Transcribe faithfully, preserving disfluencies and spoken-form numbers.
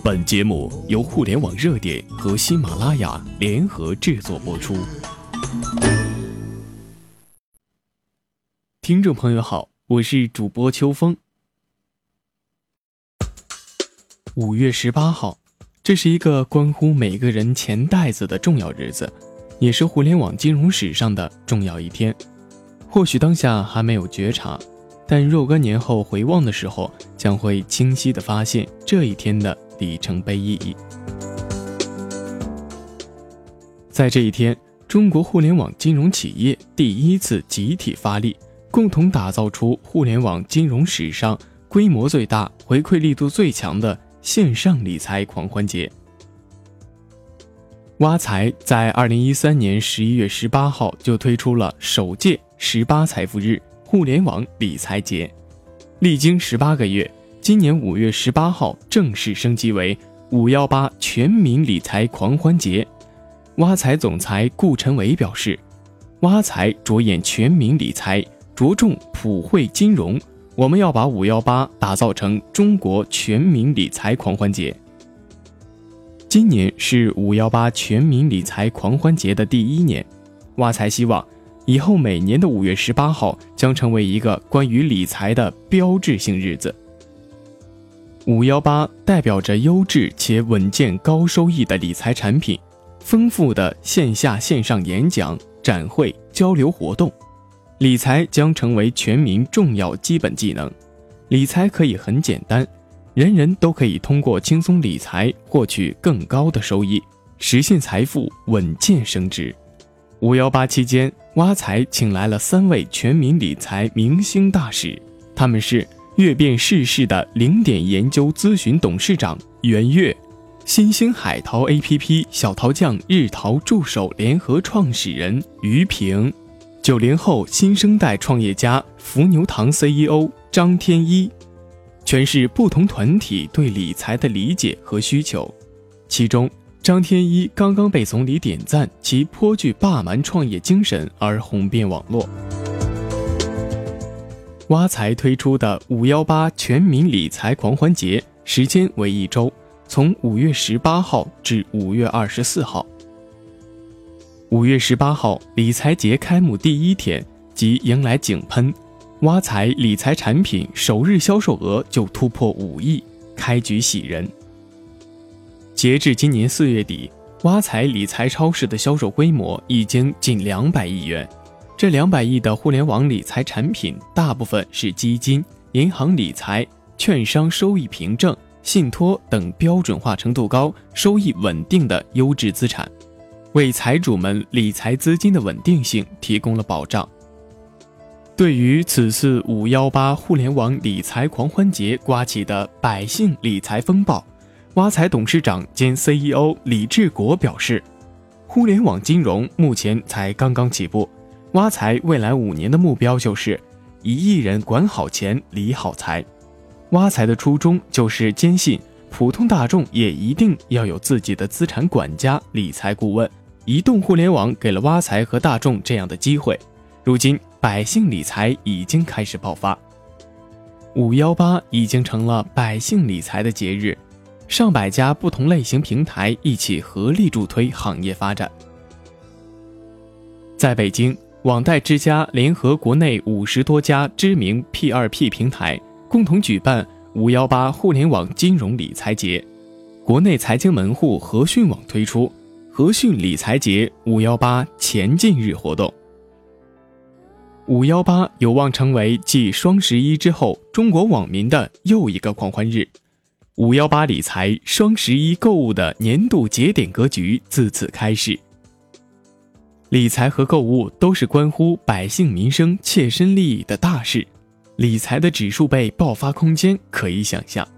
本节目由互联网热点和喜马拉雅联合制作播出。听众朋友好，我是主播秋风。五月十八号，这是一个关乎每个人钱袋子的重要日子，也是互联网金融史上的重要一天。或许当下还没有觉察，但若干年后回望的时候，将会清晰地发现这一天的里程碑意义。在这一天，中国互联网金融企业第一次集体发力，共同打造出互联网金融史上规模最大、回馈力度最强的线上理财狂欢节。挖财在二零一三年十一月十八号就推出了首届十八财富日互联网理财节，历经十八个月，今年五月十八号正式升级为五一八全民理财狂欢节。挖财总裁顾晨伟表示，挖财着眼全民理财，着重普惠金融，我们要把五一八打造成中国全民理财狂欢节。今年是五一八全民理财狂欢节的第一年，挖财希望以后每年的五月十八号将成为一个关于理财的标志性日子。五一八代表着优质且稳健高收益的理财产品，丰富的线下线上演讲、展会、交流活动，理财将成为全民重要基本技能。理财可以很简单，人人都可以通过轻松理财获取更高的收益，实现财富稳健升值。五一八期间，挖财请来了三位全民理财明星大使，他们是阅遍世事的零点研究咨询董事长袁岳，新兴海淘 A P P 小淘酱日淘助手联合创始人于平，九零后新生代创业家伏牛堂 C E O 张天一，诠释不同团体对理财的理解和需求。其中张天一刚刚被总理点赞其颇具霸蛮创业精神而红遍网络。挖财推出的五一八全民理财狂欢节时间为一周，从五月十八号至五月二十四号。五月十八号理财节开幕第一天即迎来井喷，挖财理财产品首日销售额就突破五亿，开局喜人。截至今年四月底，挖财理财超市的销售规模已经近两百亿元。这两百亿的互联网理财产品，大部分是基金、银行理财、券商收益凭证、信托等标准化程度高、收益稳定的优质资产，为财主们理财资金的稳定性提供了保障。对于此次五一八互联网理财狂欢节刮起的百姓理财风暴，挖财董事长兼 C E O 李志国表示，互联网金融目前才刚刚起步，挖财未来五年的目标就是一亿人管好钱理好财。挖财的初衷就是坚信普通大众也一定要有自己的资产管家、理财顾问。移动互联网给了挖财和大众这样的机会，如今百姓理财已经开始爆发。五一八已经成了百姓理财的节日，上百家不同类型平台一起合力助推行业发展。在北京，网贷之家联合国内五十多家知名 P 二 P 平台，共同举办五一八互联网金融理财节。国内财经门户和讯网推出和讯理财节五一八前进日活动。五一八有望成为继双十一之后中国网民的又一个狂欢日。五一八理财、双十一购物的年度节点格局自此开始。理财和购物都是关乎百姓民生切身利益的大事，理财的指数倍爆发空间可以想象。